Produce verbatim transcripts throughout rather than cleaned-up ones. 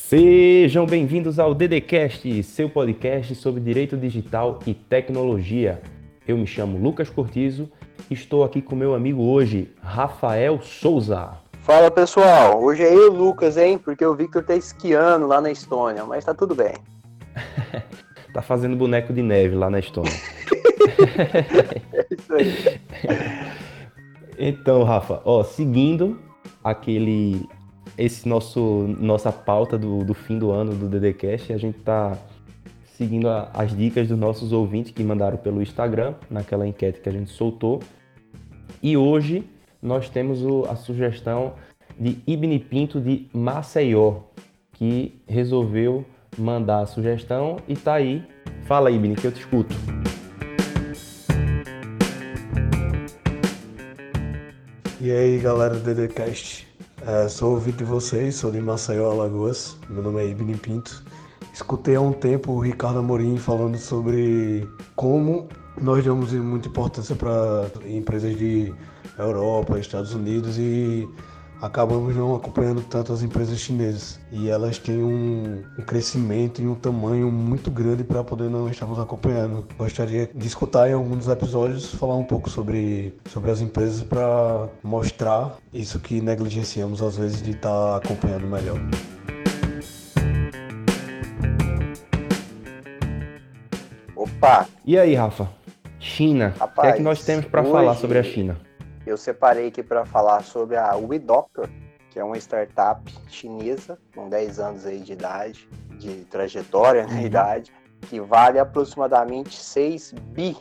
Sejam bem-vindos ao DDCast, seu podcast sobre direito digital e tecnologia. Eu me chamo Lucas Cortizo e estou aqui com meu amigo hoje, Rafael Souza. Fala pessoal, hoje é eu, Lucas, hein? Porque o Victor tá esquiando lá na Estônia, mas tá tudo bem. Tá fazendo boneco de neve lá na Estônia. É isso aí. Então, Rafa, ó, seguindo aquele, esse nosso, nossa pauta do, do fim do ano do DDCast, a gente tá seguindo a, as dicas dos nossos ouvintes que mandaram pelo Instagram, naquela enquete que a gente soltou. E hoje nós temos o, a sugestão de Ibn Pinto de Maceió, que resolveu mandar a sugestão e tá aí. Fala, Ibn, que eu te escuto. E aí, galera do DDCast, é, sou ouvinte de vocês, sou de Maceió, Alagoas, meu nome é Ibn Pinto. Escutei há um tempo o Ricardo Amorim falando sobre como nós damos muita importância para empresas de Europa, Estados Unidos e acabamos não acompanhando tanto as empresas chinesas. E elas têm um, um crescimento e um tamanho muito grande para poder não estarmos acompanhando. Gostaria de escutar em alguns dos episódios, falar um pouco sobre, sobre as empresas para mostrar isso que negligenciamos às vezes de estar acompanhando melhor. Opa! E aí, Rafa? China. Rapaz, o que é que nós temos para hoje falar sobre a China? Eu separei aqui para falar sobre a WeDoctor, que é uma startup chinesa com dez anos aí de idade, de trajetória na idade, que vale aproximadamente seis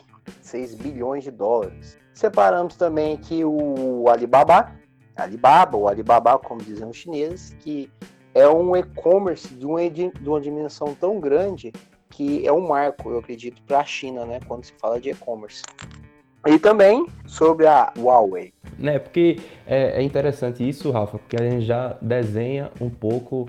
bilhões de dólares. Separamos também aqui o Alibaba, Alibaba, ou Alibaba, como dizem os chineses, que é um e-commerce de uma, de uma dimensão tão grande que é um marco, eu acredito, para a China, né, quando se fala de e-commerce. E também sobre a Huawei. Né, porque é, é interessante isso, Rafa, porque a gente já desenha um pouco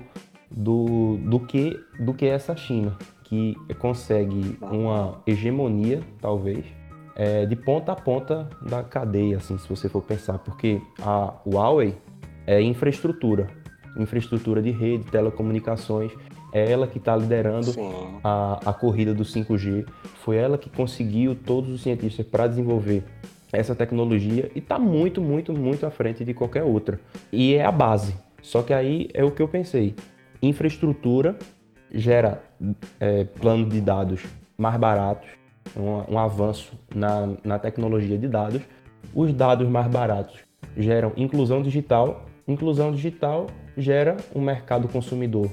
do, do, que, do que é essa China, que consegue uma hegemonia, talvez, é, de ponta a ponta da cadeia, assim, se você for pensar, porque a Huawei é infraestrutura, infraestrutura de rede, telecomunicações. É ela que está liderando a, a corrida do cinco G. Foi ela que conseguiu todos os cientistas para desenvolver essa tecnologia e está muito, muito, muito à frente de qualquer outra. E é a base. Só que aí é o que eu pensei. Infraestrutura gera é, plano de dados mais baratos, um, um avanço na, na tecnologia de dados. Os dados mais baratos geram inclusão digital. Inclusão digital gera um mercado consumidor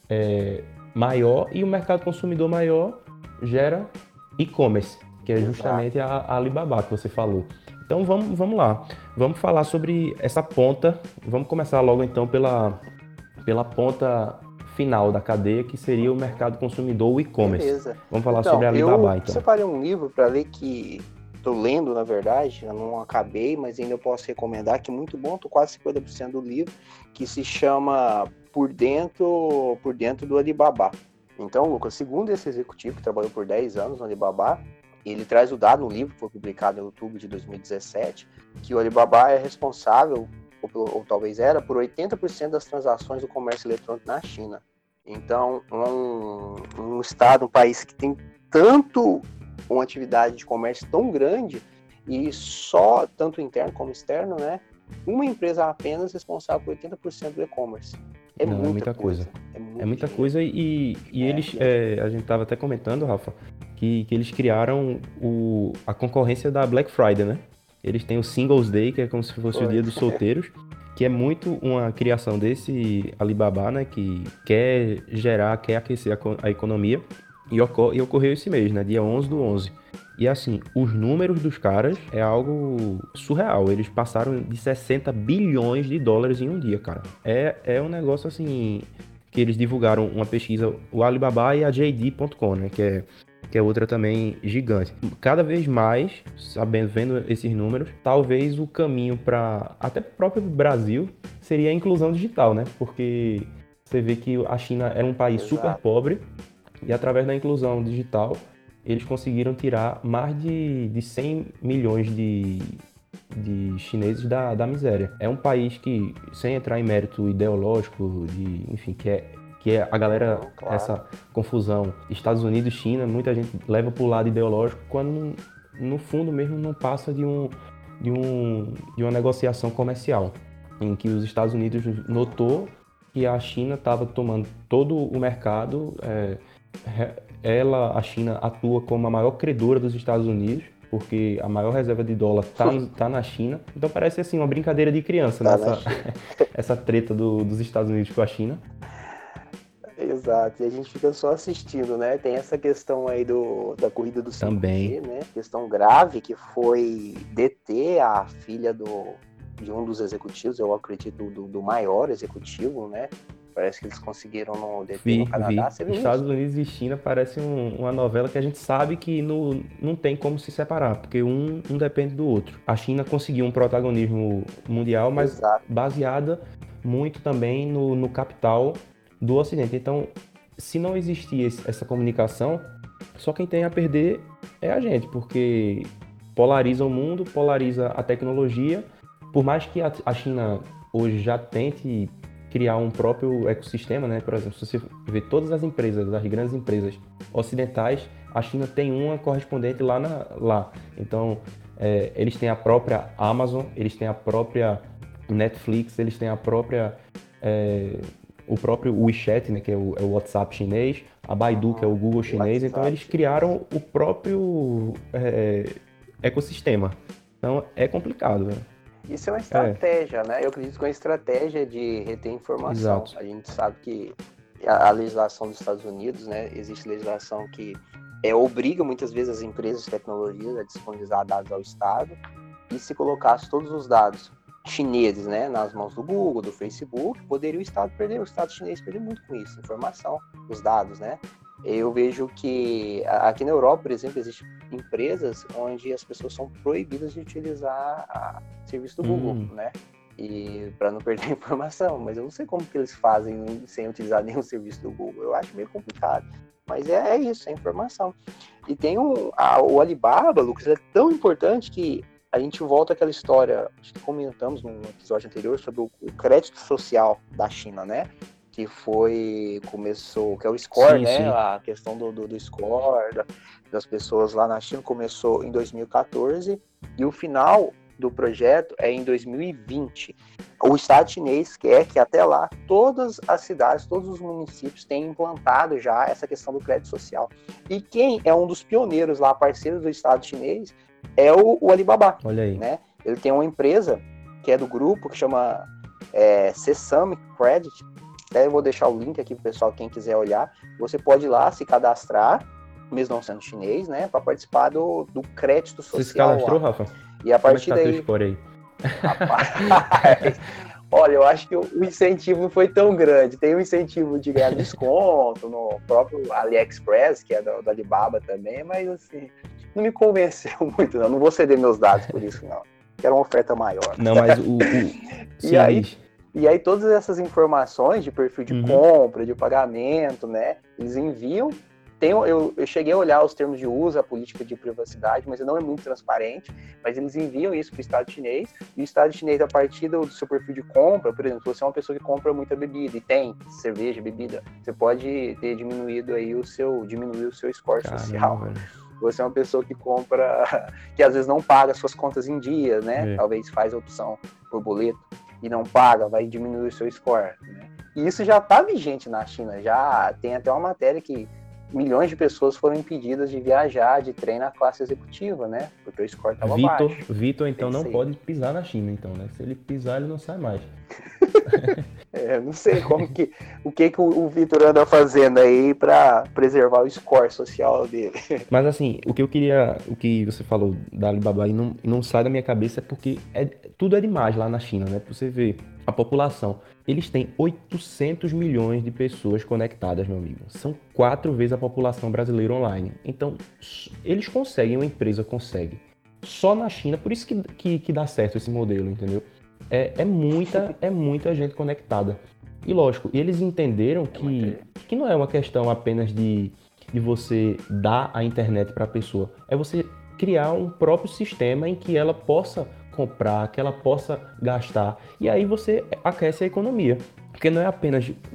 É, maior, e o mercado consumidor maior gera e-commerce, que é justamente a, a Alibaba que você falou. Então vamos, vamos lá, vamos falar sobre essa ponta, vamos começar logo então pela, pela ponta final da cadeia, que seria o mercado consumidor, o e-commerce. Beleza. Vamos falar então, sobre a Alibaba eu então. Eu separei um livro para ler que estou lendo, na verdade, eu não acabei, mas ainda eu posso recomendar, que é muito bom, estou quase cinquenta por cento do livro, que se chama Por Dentro, por dentro do Alibaba. Então, Lucas, segundo esse executivo que trabalhou por dez anos no Alibaba, ele traz o dado no livro que foi publicado em outubro de dois mil e dezessete, que o Alibaba é responsável, ou, ou talvez era, por oitenta por cento das transações do comércio eletrônico na China. Então, um, um estado, um país que tem tanto uma atividade de comércio tão grande e só, tanto interno como externo, né? Uma empresa apenas responsável por oitenta por cento do e-commerce. É, Não, muita é muita coisa. coisa. É, é muita dinheiro. coisa e, e é, eles, é, a gente estava até comentando, Rafa, que, que eles criaram o, a concorrência da Black Friday, né? Eles têm o Singles Day, que é como se fosse Foi. o dia dos solteiros, que é muito uma criação desse Alibaba, né? Que quer gerar, quer aquecer a, a economia. E, ocor- e ocorreu esse mês, né? Dia onze do onze. E assim, os números dos caras é algo surreal. Eles passaram de sessenta bilhões de dólares em um dia, cara. É, é um negócio assim, que eles divulgaram uma pesquisa, o Alibaba e a J D ponto com, né? Que é, que é outra também gigante. Cada vez mais, sabendo, vendo esses números, talvez o caminho para até o próprio Brasil seria a inclusão digital, né? Porque você vê que a China era um país Exato. super pobre, e através da inclusão digital, eles conseguiram tirar mais de, de cem milhões de, de chineses da, da miséria. É um país que, sem entrar em mérito ideológico, de, enfim, que é que é a galera, Uhum, claro. essa confusão Estados Unidos e China, muita gente leva para o lado ideológico, quando no fundo mesmo não passa de, um, de, um, de uma negociação comercial, em que os Estados Unidos notou que a China estava tomando todo o mercado, é, ela, a China atua como a maior credora dos Estados Unidos, porque a maior reserva de dólar está tá na China. Então parece assim uma brincadeira de criança, Tá né? na essa, essa treta do, dos Estados Unidos com a China. Exato, e a gente fica só assistindo, né? Tem essa questão aí do, da corrida do cinco G, Também. né? Questão grave que foi deter a filha do, de um dos executivos, eu acredito do, do maior executivo, né? Parece que eles conseguiram no deter Vi, no Canadá. vi. Você viu Estados isso? Unidos e China parece um, uma novela que a gente sabe que no, não tem como se separar, porque um, um depende do outro. A China conseguiu um protagonismo mundial, mas Exato. baseada muito também no, no capital do Ocidente. Então, se não existir esse, essa comunicação, só quem tem a perder é a gente, porque polariza o mundo, polariza a tecnologia. Por mais que a, a China hoje já tente criar um próprio ecossistema, né? Por exemplo, se você vê todas as empresas, as grandes empresas ocidentais, a China tem uma correspondente lá. Na, lá. Então, é, eles têm a própria Amazon, eles têm a própria Netflix, eles têm a própria... É, o próprio WeChat, né, que é o, é o WhatsApp chinês, a Baidu, que é o Google chinês. Então, eles criaram o próprio é, ecossistema. Então, é complicado, né? Isso é uma estratégia, é. né? Eu acredito que é uma estratégia de reter informação. Exato. A gente sabe que a, a legislação dos Estados Unidos, né? Existe legislação que é, obriga muitas vezes as empresas de tecnologia a disponibilizar dados ao Estado, e se colocasse todos os dados chineses, né, nas mãos do Google, do Facebook, poderia o Estado perder, o Estado chinês perder muito com isso, informação, os dados, né? Eu vejo que aqui na Europa, por exemplo, existem empresas onde as pessoas são proibidas de utilizar o serviço do Google, hum. né? E para não perder informação, mas eu não sei como que eles fazem sem utilizar nenhum serviço do Google. Eu acho meio complicado, mas é, é isso, é informação. E tem um, a, o Alibaba, Lucas, é tão importante que a gente volta àquela história, acho que comentamos no episódio anterior sobre o, o crédito social da China, né? Que foi, começou, que é o score, sim, né? Sim. A questão do, do, do score da, das pessoas lá na China começou em dois mil e catorze e o final do projeto é em dois mil e vinte. O Estado chinês quer que até lá todas as cidades, todos os municípios tenham implantado já essa questão do crédito social. E quem é um dos pioneiros lá, parceiro do Estado chinês, é o, o Alibaba. Olha aí. Né? Ele tem uma empresa que é do grupo, que chama é, Sesame Credit. Até eu vou deixar o link aqui pro pessoal, quem quiser olhar. Você pode ir lá se cadastrar, mesmo não sendo chinês, né? Para participar do, do crédito social. Você se cadastrou, lá. Rafa? E a partir Como é que tá daí... teu score aí? Rapaz, olha, eu acho que o incentivo não foi tão grande. Tem um incentivo de ganhar desconto no próprio AliExpress, que é do, do Alibaba também, mas assim, não me convenceu muito, não. Não vou ceder meus dados por isso, não. Quero uma oferta maior. Não, mas o... o... e, aí, e aí todas essas informações de perfil de uhum. compra, de pagamento, né? Eles enviam. Tem, eu, eu cheguei a olhar os termos de uso, a política de privacidade, mas não é muito transparente. Mas eles enviam isso para o Estado chinês, e o Estado chinês, a partir do, do seu perfil de compra, por exemplo, se você é uma pessoa que compra muita bebida, e tem cerveja, bebida, você pode ter diminuído aí o seu, diminuir o seu score Caramba, social. Velho. Você é uma pessoa que compra, que às vezes não paga suas contas em dia, né? É. Talvez faz a opção por boleto e não paga, vai diminuir o seu score, né? E isso já está vigente na China, já tem até uma matéria que milhões de pessoas foram impedidas de viajar de trem na classe executiva, né? Porque o score estava baixo. Vitor, então, não pode pisar na China, então, né? Se ele pisar, ele não sai mais. É, não sei como que, o que, que o, o Vitor anda fazendo aí para preservar o score social dele. Mas assim, o que eu queria, o que você falou da Alibaba e não, não sai da minha cabeça é porque é, tudo é demais lá na China, né? Pra você ver a população. Eles têm oitocentos milhões de pessoas conectadas, meu amigo. São quatro vezes a população brasileira online. Então, eles conseguem, uma empresa consegue. Só na China, por isso que, que, que dá certo esse modelo, entendeu? É, é, muita, é muita gente conectada. E lógico, eles entenderam que, que não é uma questão apenas de, de você dar a internet para a pessoa. É você criar um próprio sistema em que ela possa comprar, que ela possa gastar. E aí você aquece a economia. Porque não é apenas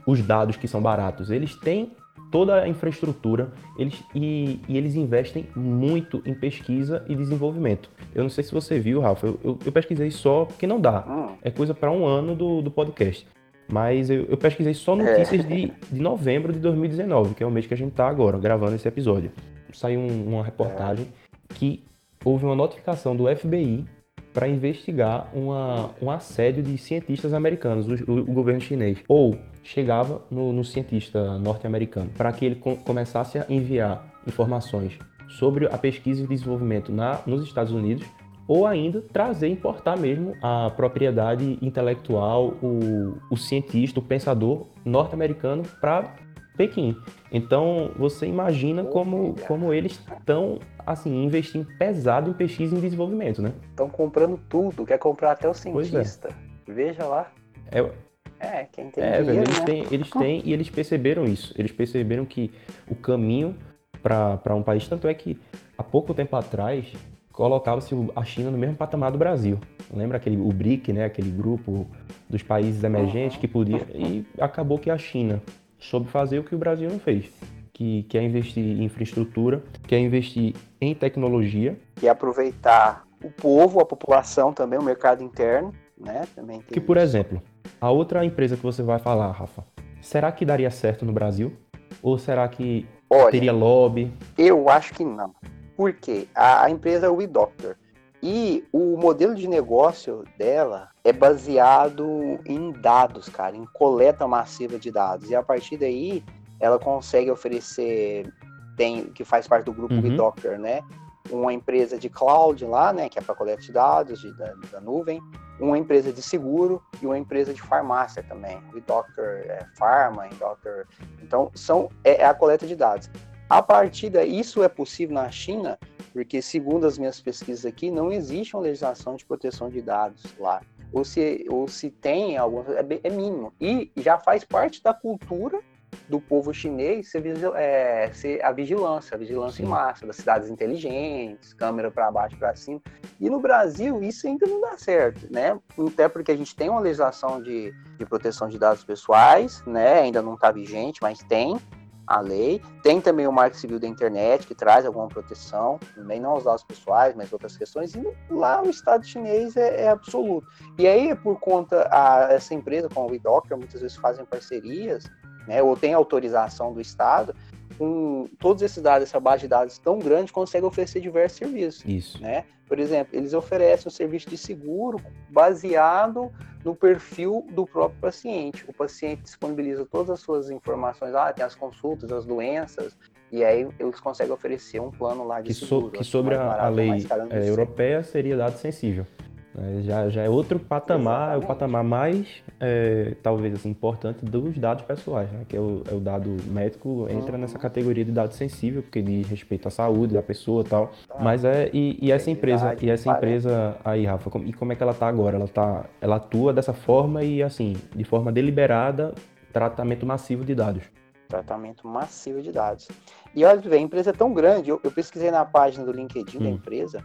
os dados que são baratos. Eles têm toda a infraestrutura eles, e, e eles investem muito em pesquisa e desenvolvimento. Eu não sei se você viu, Rafa, eu, eu, eu pesquisei só porque não dá. É coisa para um ano do, do podcast. Mas eu, eu pesquisei só notícias é. de, de novembro de dois mil e dezenove, que é o mês que a gente está agora, gravando esse episódio. Saiu um, uma reportagem é. que houve uma notificação do F B I para investigar uma, um assédio de cientistas americanos, o, o, o governo chinês. Ou chegava no, no cientista norte-americano para que ele com, começasse a enviar informações sobre a pesquisa e desenvolvimento na, nos Estados Unidos, ou ainda trazer, importar mesmo a propriedade intelectual, o, o cientista, o pensador norte-americano para Pequim. Então, você imagina como, como eles estão, assim, investindo pesado em pesquisa e em desenvolvimento, né? Estão comprando tudo, quer comprar até o cientista. É. Veja lá. É, é quem tem é, dinheiro, velho, eles né? têm, eles têm e eles perceberam isso. Eles perceberam que o caminho para um país, tanto é que há pouco tempo atrás, colocava-se a China no mesmo patamar do Brasil. Lembra aquele, o B R I C, né? Aquele grupo dos países emergentes uhum. que podia... E acabou que a China soube fazer o que o Brasil não fez, que, que é investir em infraestrutura, que é investir em tecnologia. E aproveitar o povo, a população também, o mercado interno, né? Também tem que, por isso. exemplo, a outra empresa que você vai falar, Rafa, será que daria certo no Brasil? Ou será que Olha, teria lobby? Eu acho que não. Por quê? A, a empresa é o WeDoctor. E o modelo de negócio dela é baseado em dados, cara, em coleta massiva de dados. E a partir daí, ela consegue oferecer, tem, que faz parte do grupo uhum. WeDoctor, né? Uma empresa de cloud lá, né? Que é para coleta de dados de, da, da nuvem. Uma empresa de seguro e uma empresa de farmácia também. WeDoctor é Pharma, WeDoctor... Então, são, é, é a coleta de dados. A partir daí, isso é possível na China, porque, segundo as minhas pesquisas aqui, não existe uma legislação de proteção de dados lá. Ou se, ou se tem, alguma, é, é mínimo. E já faz parte da cultura do povo chinês ser, é, ser a vigilância, a vigilância Sim. em massa, das cidades inteligentes, câmera para baixo e para cima. E no Brasil, isso ainda não dá certo, né? Até porque a gente tem uma legislação de, de proteção de dados pessoais, né? Ainda não está vigente, mas tem a lei. Tem também o Marco Civil da Internet, que traz alguma proteção, também não os dados pessoais, mas outras questões, e lá o Estado chinês é, é absoluto. E aí, por conta, a, essa empresa, como o WeDoctor, muitas vezes fazem parcerias, né, ou tem autorização do Estado, com todos esses dados, essa base de dados tão grande, consegue oferecer diversos serviços. Isso. Né? Por exemplo, eles oferecem um serviço de seguro baseado no perfil do próprio paciente. O paciente disponibiliza todas as suas informações, ah, tem as consultas, as doenças, e aí eles conseguem oferecer um plano lá de que seguro. So, que sobre a, a lei é, europeia seria dado sensível. Já, já é outro patamar, Exatamente. É o patamar mais, é, talvez, assim, importante dos dados pessoais, né? Que é o, é o dado médico, entra uhum. nessa categoria de dado sensível, porque diz respeito à saúde da pessoa e tal. Ah, Mas é, e, e essa empresa, e essa empresa aí, Rafa, e como é que ela tá agora? Ela, tá, ela atua dessa forma e, assim, de forma deliberada, tratamento massivo de dados. Tratamento massivo de dados. E olha, a empresa é tão grande, eu, eu pesquisei na página do LinkedIn hum. da empresa,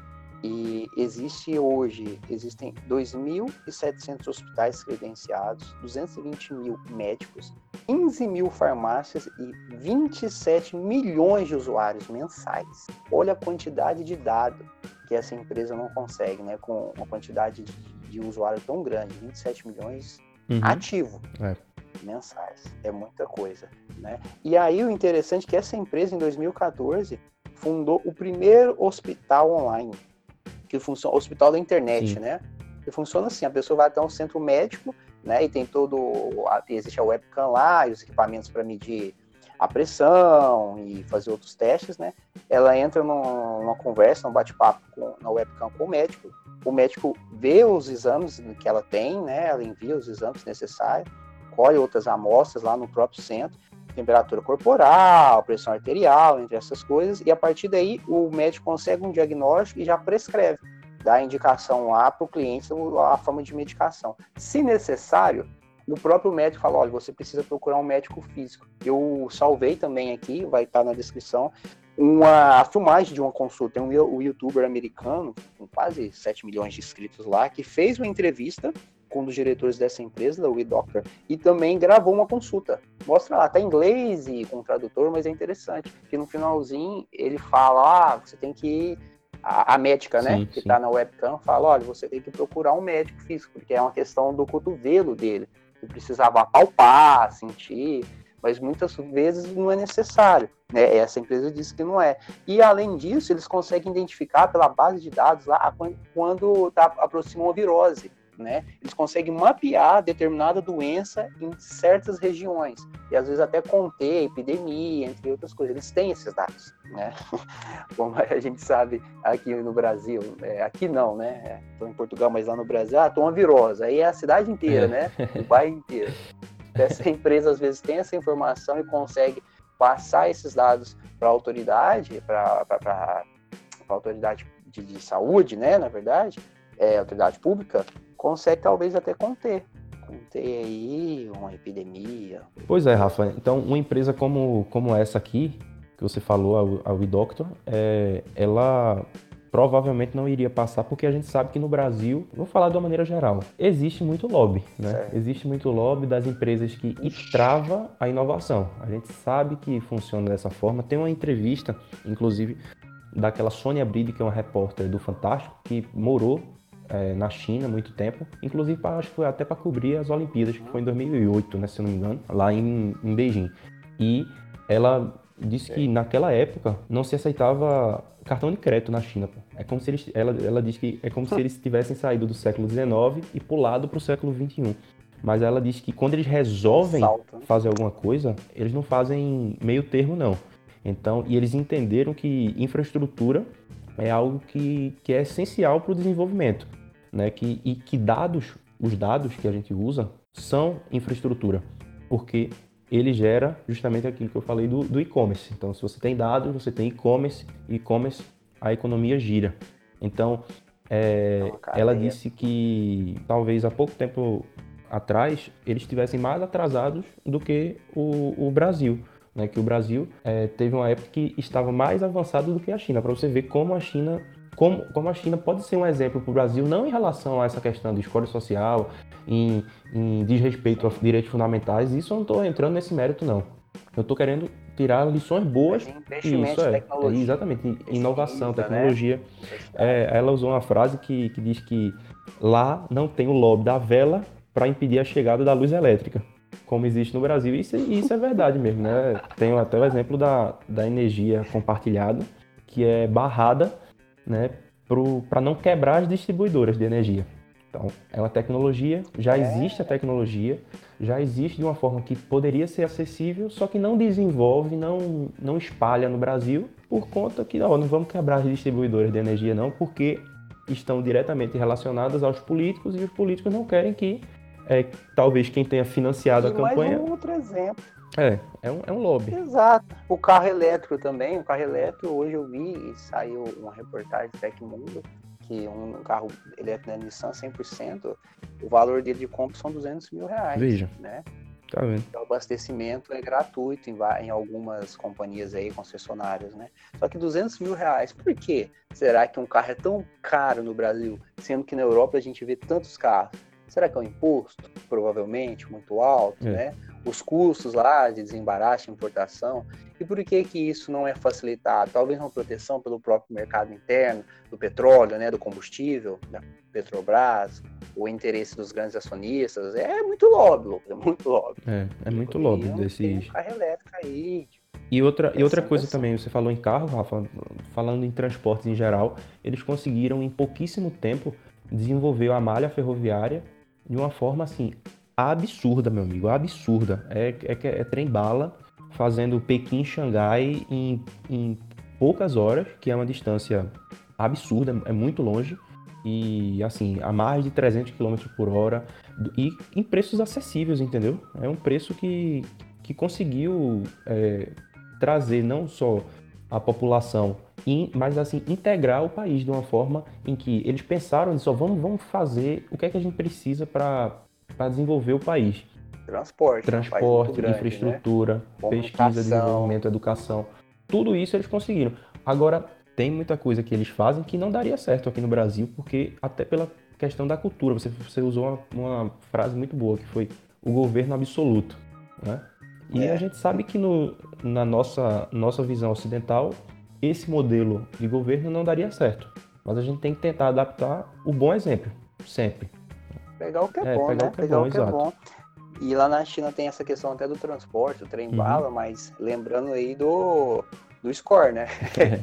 e existe hoje, existem dois mil e setecentos hospitais credenciados, duzentos e vinte mil médicos, quinze mil farmácias e vinte e sete milhões de usuários mensais. Olha a quantidade de dados que essa empresa não consegue, né? Com uma quantidade de, de usuário tão grande, vinte e sete milhões uhum. ativo. É. Mensais. É muita coisa, né? E aí o interessante é que essa empresa, em dois mil e quatorze, fundou o primeiro hospital online, que funciona, hospital da internet, Sim. né? Que funciona assim, a pessoa vai até um centro médico, né? E tem todo, existe a webcam lá, e os equipamentos para medir a pressão e fazer outros testes, né? Ela entra num, numa conversa, num bate-papo com, na webcam com o médico, o médico vê os exames que ela tem, né? Ela envia os exames necessários, colhe outras amostras lá no próprio centro, temperatura corporal, pressão arterial, entre essas coisas, e a partir daí o médico consegue um diagnóstico e já prescreve, dá a indicação lá para o cliente a forma de medicação. Se necessário, o próprio médico fala, olha, você precisa procurar um médico físico. Eu salvei também aqui, vai estar na descrição, uma a filmagem de uma consulta. Tem um, um youtuber americano, com quase sete milhões de inscritos lá, que fez uma entrevista com um dos diretores dessa empresa, da WeDoctor, e também gravou uma consulta. Mostra lá, tá em inglês e com tradutor, mas é interessante, que no finalzinho ele fala, ah, você tem que ir, a, a médica, né, Sim, que sim. tá na webcam, fala, olha, você tem que procurar um médico físico, porque é uma questão do cotovelo dele, que precisava palpar, sentir, mas muitas vezes não é necessário, né? Essa empresa disse que não é. E além disso, eles conseguem identificar pela base de dados lá quando tá, aproxima uma virose, né? Eles conseguem mapear determinada doença em certas regiões e às vezes até conter epidemia, entre outras coisas. Eles têm esses dados, né? Como a gente sabe aqui no Brasil, é, aqui não, né? Estou em Portugal, mas lá no Brasil, ah, tô uma virose. Aí é a cidade inteira, É. né? O bairro inteiro. Essa empresa às vezes tem essa informação e consegue passar esses dados para a autoridade, para a autoridade de, de saúde, né, na verdade, é, autoridade pública, consegue talvez até conter, conter aí uma epidemia. Pois é, Rafa. Então, uma empresa como, como essa aqui, que você falou, a, a WeDoctor, é, ela provavelmente não iria passar, porque a gente sabe que no Brasil, vou falar de uma maneira geral, existe muito lobby, né? Certo. Existe muito lobby das empresas que destrava a inovação. A gente sabe que funciona dessa forma. Tem uma entrevista, inclusive, daquela Sônia Bride, que é uma repórter do Fantástico, que morou é, na China há muito tempo, inclusive pra, acho que foi até para cobrir as Olimpíadas, que foi em dois mil e oito, né, se eu não me engano, lá em, em Beijing. E ela disse que naquela época não se aceitava cartão de crédito na China. Pô. É como se eles, ela, ela diz que é como se eles tivessem saído do século dezenove e pulado para o século vinte e um. Mas ela diz que quando eles resolvem Salto, né? fazer alguma coisa, eles não fazem meio termo, não. Então, e eles entenderam que infraestrutura é algo que, que é essencial para o desenvolvimento, né? Que, e que dados, os dados que a gente usa são infraestrutura, porque ele gera justamente aquilo que eu falei do, do e-commerce. Então, se você tem dados, você tem e-commerce, e-commerce, a economia gira. Então, é, ela disse que talvez há pouco tempo atrás eles estivessem mais atrasados do que o, o Brasil. Né, que o Brasil é, teve uma época que estava mais avançado do que a China, para você ver como a China, como, como a China pode ser um exemplo para o Brasil, não em relação a essa questão de escolha social, em, em desrespeito aos direitos fundamentais. Isso eu não estou entrando nesse mérito, não. Eu estou querendo tirar lições boas. Investimento Isso em é, tecnologia. é exatamente, inovação, Pesquisa, tecnologia. né? É, ela usou uma frase que, que diz que lá não tem o lobby da vela para impedir a chegada da luz elétrica, como existe no Brasil. Isso, isso é verdade mesmo, né? Tem até o exemplo da, da energia compartilhada, que é barrada, né, para não quebrar as distribuidoras de energia. Então, é uma tecnologia, já existe a tecnologia, já existe de uma forma que poderia ser acessível, só que não desenvolve, não, não espalha no Brasil, por conta que ó, não vamos quebrar as distribuidoras de energia não, porque estão diretamente relacionadas aos políticos e os políticos não querem que É, talvez quem tenha financiado e a campanha... mais um outro exemplo. É, é um, é um lobby. Exato. O carro elétrico também, o carro elétrico, hoje eu vi e saiu uma reportagem do Tecmundo, que um carro elétrico da Nissan cem por cento, o valor dele de compra são duzentos mil reais. Veja. Né? Tá vendo? O abastecimento é gratuito em, em algumas companhias aí, concessionárias, né? Só que duzentos mil reais, por quê? Será que um carro é tão caro no Brasil, sendo que na Europa a gente vê tantos carros? Será que é um imposto? Provavelmente, muito alto, é. né? Os custos lá de desembaraço, importação. E por que que isso não é facilitado? Talvez uma proteção pelo próprio mercado interno, do petróleo, né? Do combustível, da Petrobras, o interesse dos grandes acionistas. É muito lobby, é muito lobby. É, é muito lobby desses... Um carro elétrico aí. E outra, e outra coisa também, você falou em carro, Rafa, falando em transportes em geral, eles conseguiram em pouquíssimo tempo desenvolver a malha ferroviária de uma forma, assim, absurda, meu amigo, absurda. É, é, é trem-bala fazendo Pequim-Xangai em, em poucas horas, que é uma distância absurda, é muito longe, e, assim, a mais de trezentos quilômetros por hora, e em preços acessíveis, entendeu? É um preço que, que conseguiu é, trazer não só a população, mas assim, integrar o país de uma forma em que eles pensaram nisso, vamos, vamos fazer o que é que a gente precisa para desenvolver o país. Transporte. Transporte, um grande, infraestrutura, né? pesquisa, desenvolvimento, educação. Tudo isso eles conseguiram. Agora, tem muita coisa que eles fazem que não daria certo aqui no Brasil, porque até pela questão da cultura. Você, você usou uma, uma frase muito boa, que foi o governo absoluto, né? E É. a gente sabe que no, na nossa, nossa visão ocidental, esse modelo de governo não daria certo. Mas a gente tem que tentar adaptar o bom exemplo, sempre. Pegar o que é, É, bom, pegar né? o que é Pegar bom, o que é exato. bom. E lá na China tem essa questão até do transporte, o trem-bala, Uhum. mas lembrando aí do, do score, né?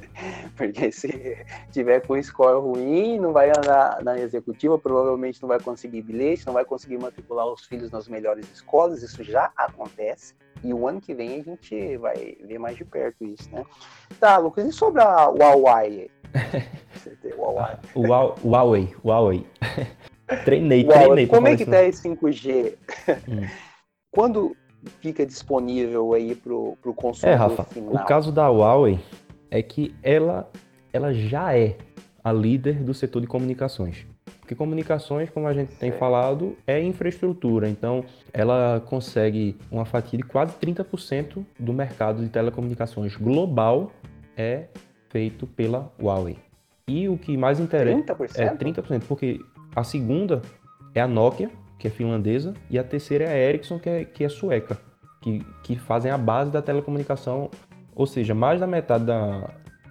Porque se tiver com score ruim, não vai andar na executiva, provavelmente não vai conseguir bilhete, não vai conseguir matricular os filhos nas melhores escolas, isso já acontece. E o ano que vem a gente vai ver mais de perto isso, né? Tá, Lucas, e sobre a Huawei? Você tem Huawei. O Huawei, Huawei, Huawei. Treinei, Huawei, treinei pra como falar é que isso. tá esse cinco G? Hum. Quando fica disponível aí pro, pro É, consumidor Rafa, o final? caso da Huawei é que ela, ela já é a líder do setor de comunicações. Porque comunicações, como a gente tem Certo. falado, é infraestrutura. Então, ela consegue uma fatia de quase trinta por cento do mercado de telecomunicações global é feito pela Huawei. E o que mais interessa trinta por cento? é trinta por cento, porque a segunda é a Nokia, que é finlandesa, e a terceira é a Ericsson, que é, que é sueca, que, que fazem a base da telecomunicação, ou seja, mais da metade da,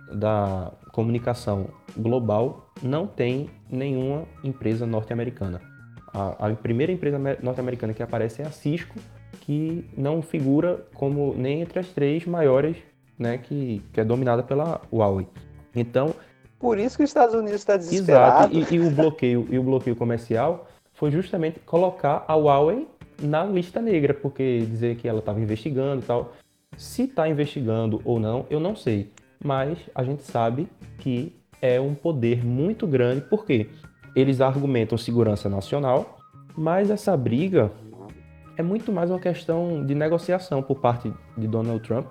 da comunicação global não tem nenhuma empresa norte-americana. A, a primeira empresa norte-americana que aparece é a Cisco, que não figura como nem entre as três maiores, né, que, que é dominada pela Huawei. Então, Por isso que os Estados Unidos está exato, desesperado. e, e o bloqueio e o bloqueio comercial foi justamente colocar a Huawei na lista negra, porque dizer que ela estava investigando e tal. Se está investigando ou não, eu não sei, mas a gente sabe que é um poder muito grande, porque eles argumentam segurança nacional, mas essa briga é muito mais uma questão de negociação por parte de Donald Trump,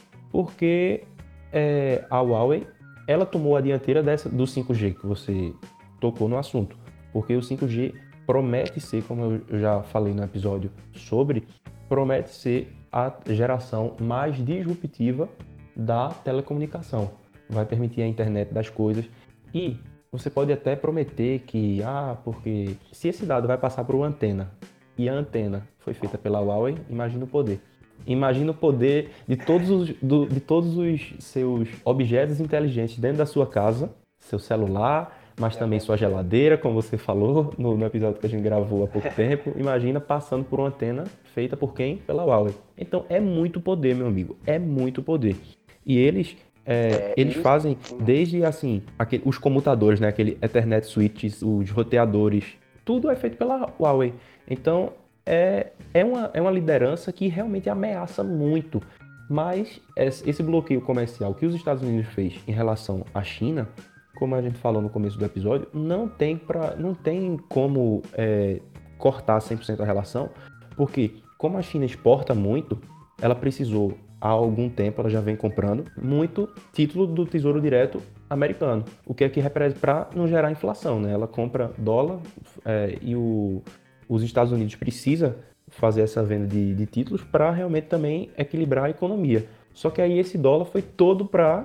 porque é, a Huawei ela tomou a dianteira dessa, do cinco G, que você tocou no assunto. Porque o cinco G promete ser, como eu já falei no episódio sobre, promete ser a geração mais disruptiva da telecomunicação. Vai permitir a internet das coisas. E você pode até prometer que, ah, porque se esse dado vai passar por uma antena, e a antena foi feita pela Huawei, imagina o poder. Imagina o poder de todos os, do, de todos os seus objetos inteligentes dentro da sua casa, seu celular, mas também sua geladeira, como você falou no, no episódio que a gente gravou há pouco tempo. Imagina passando por uma antena feita por quem? Pela Huawei. Então é muito poder, meu amigo, é muito poder. E eles, é, É, eles isso- fazem desde assim, aquele, os comutadores, né? Aquele Ethernet switches, os roteadores, tudo é feito pela Huawei. Então é, é, uma, é uma liderança que realmente ameaça muito. Mas esse bloqueio comercial que os Estados Unidos fez em relação à China, como a gente falou no começo do episódio, não tem, pra, não tem como é, cortar cem por cento a relação, porque como a China exporta muito, ela precisou, há algum tempo, ela já vem comprando muito título do Tesouro Direto americano, o que é que representa para não gerar inflação, né? Ela compra dólar é, e o os Estados Unidos precisa fazer essa venda de, de títulos para realmente também equilibrar a economia. Só que aí esse dólar foi todo para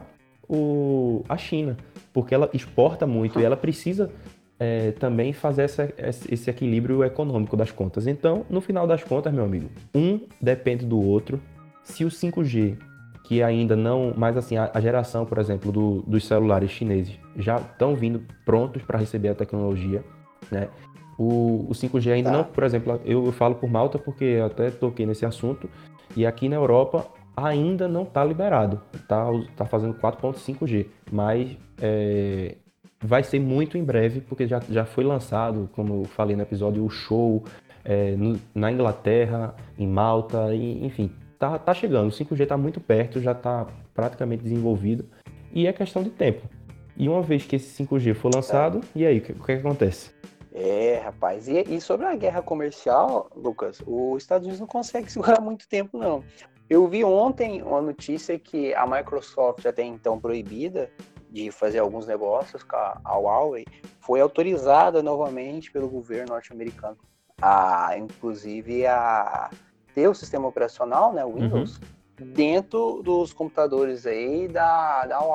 a China, porque ela exporta muito e ela precisa é, também fazer essa, esse equilíbrio econômico das contas. Então, no final das contas, meu amigo, um depende do outro. Se o cinco G, que ainda não... Mas assim, a, a geração, por exemplo, do, dos celulares chineses já estão vindo prontos para receber a tecnologia, né? O, o cinco G ainda Tá. não, por exemplo, eu, eu falo por Malta porque eu até toquei nesse assunto, e aqui na Europa ainda não está liberado, está tá fazendo quatro ponto cinco G, mas é, vai ser muito em breve, porque já, já foi lançado, como eu falei no episódio, o show é, no, na Inglaterra, em Malta, e, enfim, tá, tá chegando, o cinco G está muito perto, já está praticamente desenvolvido, e é questão de tempo. E uma vez que esse cinco G for lançado, e aí, o que, o que acontece? É, rapaz. E, e sobre a guerra comercial, Lucas, os Estados Unidos não conseguem segurar muito tempo, não. Eu vi ontem uma notícia que a Microsoft, até então proibida de fazer alguns negócios com a, a Huawei, foi autorizada novamente pelo governo norte-americano a, inclusive, a ter o sistema operacional, né, o Windows, uhum. dentro dos computadores aí da, da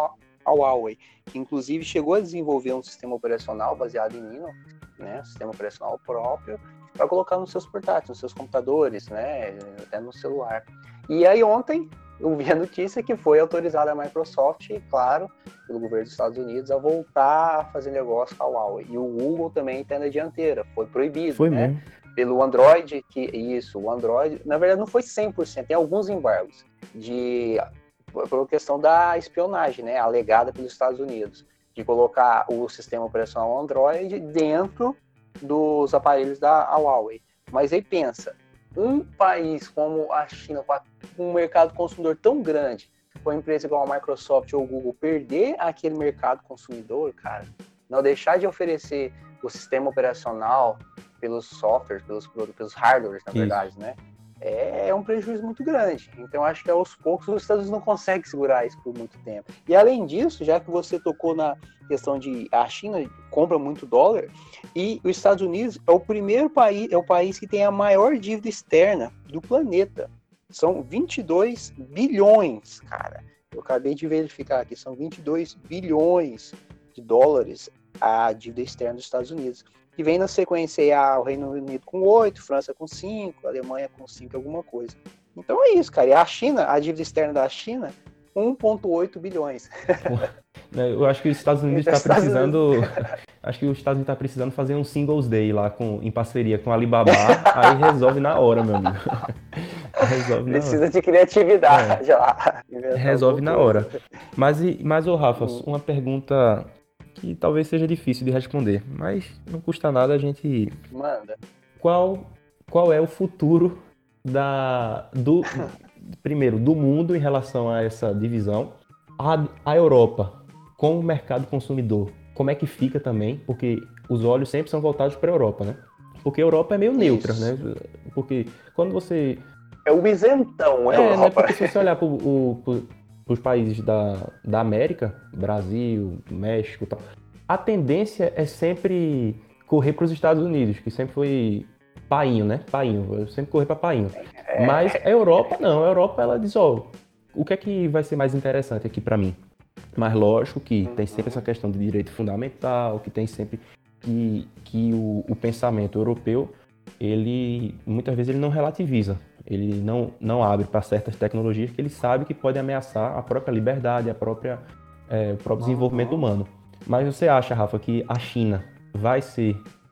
a Huawei, que inclusive chegou a desenvolver um sistema operacional baseado em Linux, né, um sistema operacional próprio, para colocar nos seus portáteis, nos seus computadores, né, até no celular. E aí ontem eu vi a notícia que foi autorizada a Microsoft, claro, pelo governo dos Estados Unidos, a voltar a fazer negócio com a Huawei. E o Google também está na dianteira, foi proibido, Foi né? mesmo. Pelo Android, que isso, o Android, na verdade não foi cem por cento, tem alguns embargos, de, por questão da espionagem, né, alegada pelos Estados Unidos, de colocar o sistema operacional Android dentro dos aparelhos da Huawei. Mas aí pensa, um país como a China, com um mercado consumidor tão grande, com a empresa igual a Microsoft ou o Google perder aquele mercado consumidor, cara, não deixar de oferecer o sistema operacional pelos softwares, pelos, pelos hardwares, na verdade, isso, né? É um prejuízo muito grande. Então, acho que aos poucos os Estados Unidos não conseguem segurar isso por muito tempo. E além disso, já que você tocou na questão de a China compra muito dólar, e os Estados Unidos é o primeiro país, é o país que tem a maior dívida externa do planeta. São vinte e dois bilhões, cara. Eu acabei de verificar aqui, são vinte e dois bilhões de dólares a dívida externa dos Estados Unidos. Que vem na sequência aí o Reino Unido com oito, França com cinco, Alemanha com cinco, alguma coisa. Então é isso, cara. E a China, a dívida externa da China, um vírgula oito bilhões. Eu acho que os Estados Unidos está precisando. Acho que os Estados Unidos está precisando fazer um Singles Day lá com, em parceria com a Alibaba, aí resolve na hora, meu amigo. Resolve Precisa na hora. de criatividade é. lá. Resolve na hora. Mas, mas ô Rafa, hum. uma pergunta que talvez seja difícil de responder, mas não custa nada a gente... Manda. Qual, qual é o futuro da, do, primeiro, do mundo em relação a essa divisão? A, a Europa, com o mercado consumidor, como é que fica também? Porque os olhos sempre são voltados para a Europa, né? Porque a Europa é meio neutra, Isso. né? Porque quando você... É o isentão, é, Europa. né? Porque se você olhar para os países da, da América, Brasil, México e tal, a tendência é sempre correr para os Estados Unidos, que sempre foi painho, né? Painho, eu sempre correr para painho. É... Mas a Europa não, a Europa ela diz, ó, o que é que vai ser mais interessante aqui para mim? Mas lógico que uhum. tem sempre essa questão de direito fundamental, que tem sempre que, que o, o pensamento europeu, ele muitas vezes ele não relativiza, ele não, não abre para certas tecnologias que ele sabe que podem ameaçar a própria liberdade, a própria, é, o próprio uhum. desenvolvimento humano. Mas você acha, Rafa, que a China vai ser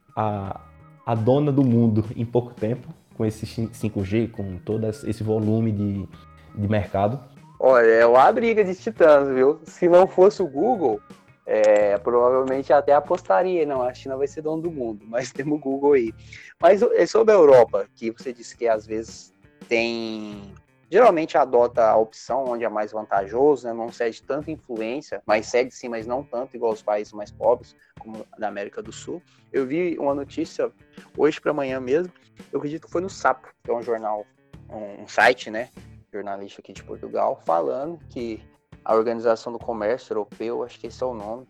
a, a dona do mundo em pouco tempo, com esse cinco G, com todo esse volume de, de mercado? Olha, é uma briga de titãs, viu? Se não fosse o Google, é, provavelmente até apostaria, não, a China vai ser dono do mundo, mas temos o Google aí. Mas sobre a Europa, que você disse que às vezes tem... Geralmente adota a opção onde é mais vantajoso, né? Não cede tanta influência, mas cede sim, mas não tanto, igual os países mais pobres, como da América do Sul. Eu vi uma notícia hoje para amanhã mesmo, eu acredito que foi no Sapo, que é um jornal, um site, né? Jornalista aqui de Portugal, falando que a Organização do Comércio Europeu, acho que esse é o nome,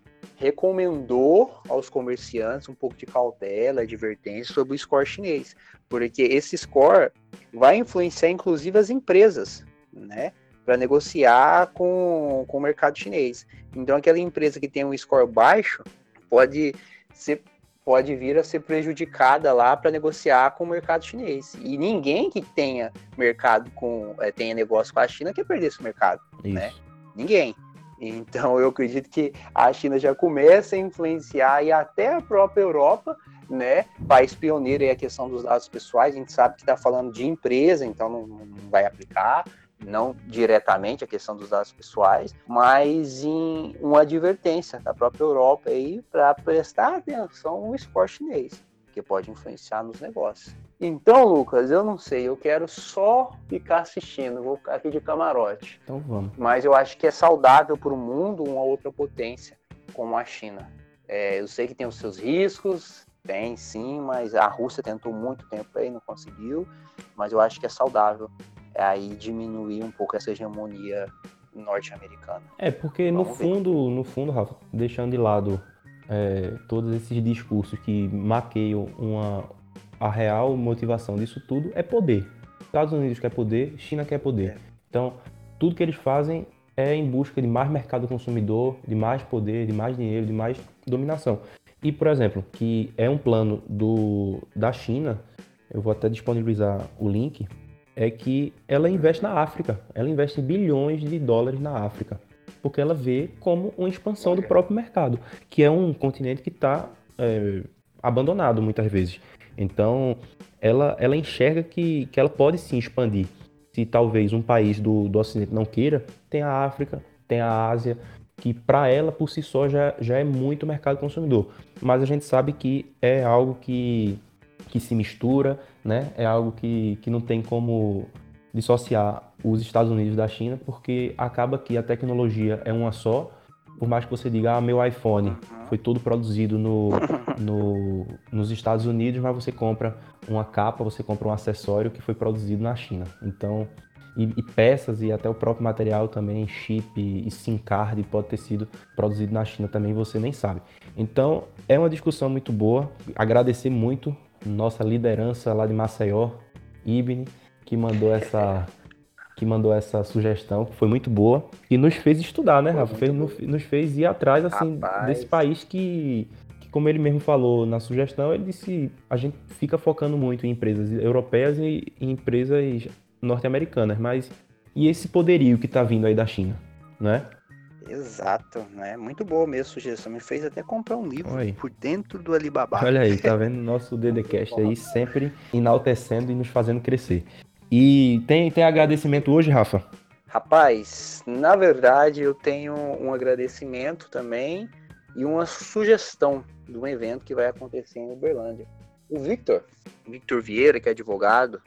recomendou aos comerciantes um pouco de cautela, advertência sobre o score chinês, porque esse score vai influenciar inclusive as empresas, né, para negociar com, com o mercado chinês. Então aquela empresa que tem um score baixo pode ser pode vir a ser prejudicada lá para negociar com o mercado chinês. E ninguém que tenha mercado com é, tenha negócio com a China quer perder esse mercado, Isso. né? Ninguém. Então eu acredito que a China já começa a influenciar e até a própria Europa, né? País pioneiro aí a questão dos dados pessoais, a gente sabe que está falando de empresa, então não, não vai aplicar, não diretamente a questão dos dados pessoais, mas em uma advertência da própria Europa aí para prestar atenção no score chinês, que pode influenciar nos negócios. Então, Lucas, eu não sei, eu quero só ficar assistindo, vou ficar aqui de camarote. Então vamos. Mas eu acho que é saudável para o mundo uma outra potência, como a China. É, eu sei que tem os seus riscos, tem sim, mas a Rússia tentou muito tempo aí, não conseguiu, mas eu acho que é saudável é aí diminuir um pouco essa hegemonia norte-americana. É, porque Vamos no fundo, ver. no fundo, Rafa, deixando de lado é, todos esses discursos que maqueiam uma, a real motivação disso tudo, é poder. Estados Unidos quer poder, China quer poder. É. Então, tudo que eles fazem é em busca de mais mercado consumidor, de mais poder, de mais dinheiro, de mais dominação. E, por exemplo, que é um plano do, da China, eu vou até disponibilizar o link, é que ela investe na África, ela investe bilhões de dólares na África, porque ela vê como uma expansão do próprio mercado, que é um continente que está é, abandonado muitas vezes. Então, ela, ela enxerga que, que ela pode sim expandir. Se talvez um país do, do Ocidente não queira, tem a África, tem a Ásia, que para ela por si só já, já é muito mercado consumidor. Mas a gente sabe que é algo que, que se mistura, né? É algo que, que não tem como dissociar os Estados Unidos da China, porque acaba que a tecnologia é uma só. Por mais que você diga, ah, meu iPhone foi todo produzido no, no, nos Estados Unidos, mas você compra uma capa, você compra um acessório que foi produzido na China. Então, e, e peças e até o próprio material também, chip e SIM card pode ter sido produzido na China também, você nem sabe. Então, é uma discussão muito boa. Agradecer muito nossa liderança lá de Maceió, Ibne, que mandou essa... que mandou essa sugestão, que foi muito boa, e nos fez estudar, né, Rafa? Fez, nos fez ir atrás, assim, Rapaz. desse país que, que, como ele mesmo falou na sugestão, ele disse, a gente fica focando muito em empresas europeias e em empresas norte-americanas, mas e esse poderio que tá vindo aí da China, né? Exato, né? Muito boa mesmo a sugestão. Me fez até comprar um livro Oi. por dentro do Alibaba. Olha aí, tá vendo? Nosso DDCast aí sempre enaltecendo e nos fazendo crescer. E tem, tem agradecimento hoje, Rafa? Rapaz, na verdade eu tenho um agradecimento também e uma sugestão de um evento que vai acontecer em Uberlândia. O Victor, Victor Vieira, que é advogado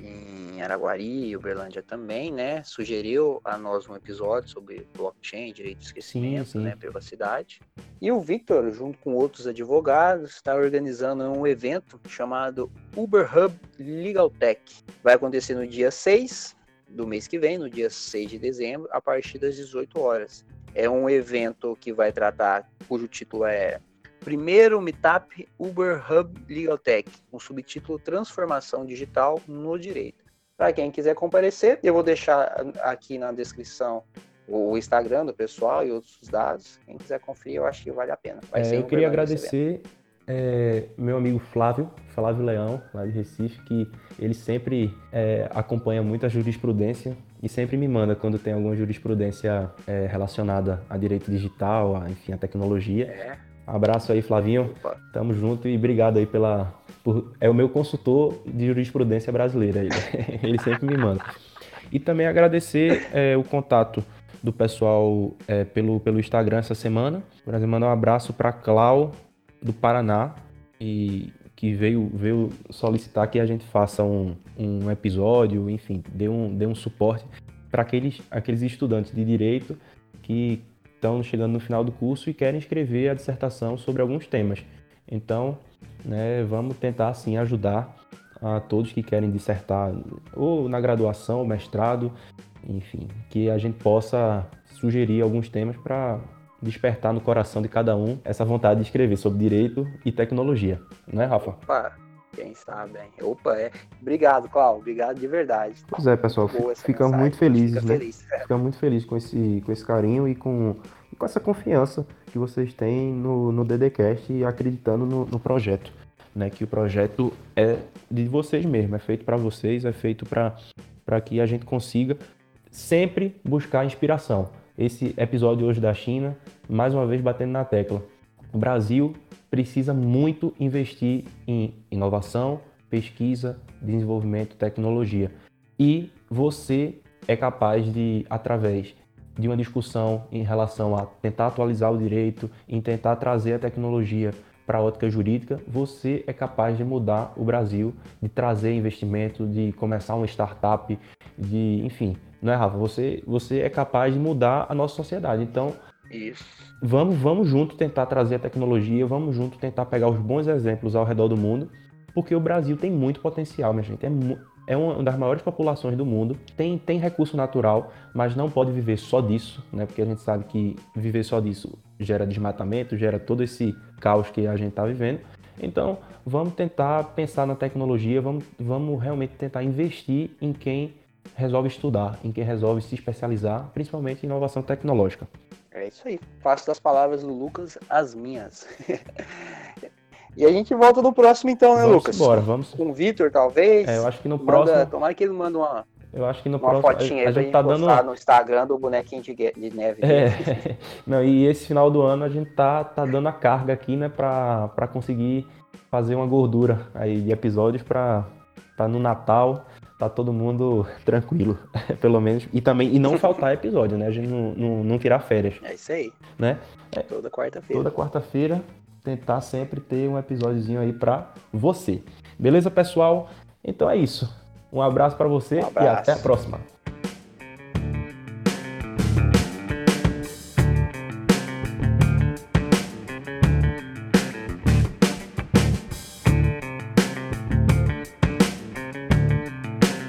em Araguari, Uberlândia também, né, sugeriu a nós um episódio sobre blockchain, direito de esquecimento, Sim, sim. né, privacidade. E o Victor, junto com outros advogados, está organizando um evento chamado Uber Hub Legal Tech. Vai acontecer no dia seis do mês que vem, no dia seis de dezembro, a partir das dezoito horas. É um evento que vai tratar, cujo título é Primeiro Meetup Uber Hub Legal Tech, com um subtítulo Transformação Digital no Direito. Para quem quiser comparecer, eu vou deixar aqui na descrição o Instagram do pessoal e outros dados. Quem quiser conferir, eu acho que vale a pena. Vai É, ser eu queria agradecer é, meu amigo Flávio, Flávio Leão, lá de Recife, que ele sempre é, acompanha muito a jurisprudência e sempre me manda quando tem alguma jurisprudência é, relacionada a direito digital, a, enfim, a tecnologia. É. Abraço aí, Flavinho. Opa. Tamo junto e obrigado aí pela... Por, é o meu consultor de jurisprudência brasileira. Ele, ele sempre me manda. E também agradecer é, o contato do pessoal é, pelo, pelo Instagram essa semana. Por exemplo, mandar um abraço para Clau, do Paraná, e que veio, veio solicitar que a gente faça um, um episódio, enfim, dê um, dê um suporte para aqueles, aqueles estudantes de direito que estão chegando no final do curso e querem escrever a dissertação sobre alguns temas. Então, né, vamos tentar, assim, ajudar a todos que querem dissertar, ou na graduação, ou mestrado, enfim, que a gente possa sugerir alguns temas para despertar no coração de cada um essa vontade de escrever sobre direito e tecnologia. Não é, Rafa? Opa, quem sabe, hein? Opa, é. Obrigado, Cláudio. Obrigado de verdade. Pois é, pessoal. Ficamos muito felizes, né? Feliz. Ficamos muito felizes com esse, com esse carinho e com, e com essa confiança que vocês têm no, no DDCast e acreditando no, no projeto. Né? Que o projeto é de vocês mesmo, é feito para vocês, é feito para que a gente consiga sempre buscar inspiração. Esse episódio hoje da China, mais uma vez batendo na tecla. O Brasil precisa muito investir em inovação, pesquisa, desenvolvimento, tecnologia. E você é capaz de, através de uma discussão em relação a tentar atualizar o direito, em tentar trazer a tecnologia para a ótica jurídica, você é capaz de mudar o Brasil, de trazer investimento, de começar uma startup, de, enfim, não é, Rafa? Você, você é capaz de mudar a nossa sociedade. Então, Isso. Vamos, vamos junto tentar trazer a tecnologia, vamos junto tentar pegar os bons exemplos ao redor do mundo, porque o Brasil tem muito potencial, minha gente. É, é uma das maiores populações do mundo, tem, tem recurso natural, mas não pode viver só disso, né? Porque a gente sabe que viver só disso gera desmatamento, gera todo esse caos que a gente está vivendo. Então, vamos tentar pensar na tecnologia, vamos, vamos realmente tentar investir em quem resolve estudar, em quem resolve se especializar, principalmente em inovação tecnológica. É isso aí. Faço das palavras do Lucas as minhas. E a gente volta no próximo então, né, vamos Lucas? Embora, vamos. Com o Vitor, talvez. É, eu acho que no Manda, próximo. Tomara que ele manda uma, Eu acho que no uma próximo. fotinha A, aí a pra gente gente tá postar dando. no Instagram do bonequinho de, gue- de neve É, dele. não, e esse final do ano a gente tá, tá dando a carga aqui, né, pra, pra conseguir fazer uma gordura aí de episódios pra tá no Natal, tá todo mundo tranquilo, pelo menos. E também, e não faltar episódio, né? A gente não, não, não tirar férias, É isso aí. né? Toda quarta-feira. Toda quarta-feira tentar sempre ter um episódiozinho aí pra você. Beleza, pessoal? Então é isso. Um abraço pra você Um e abraço. até a próxima.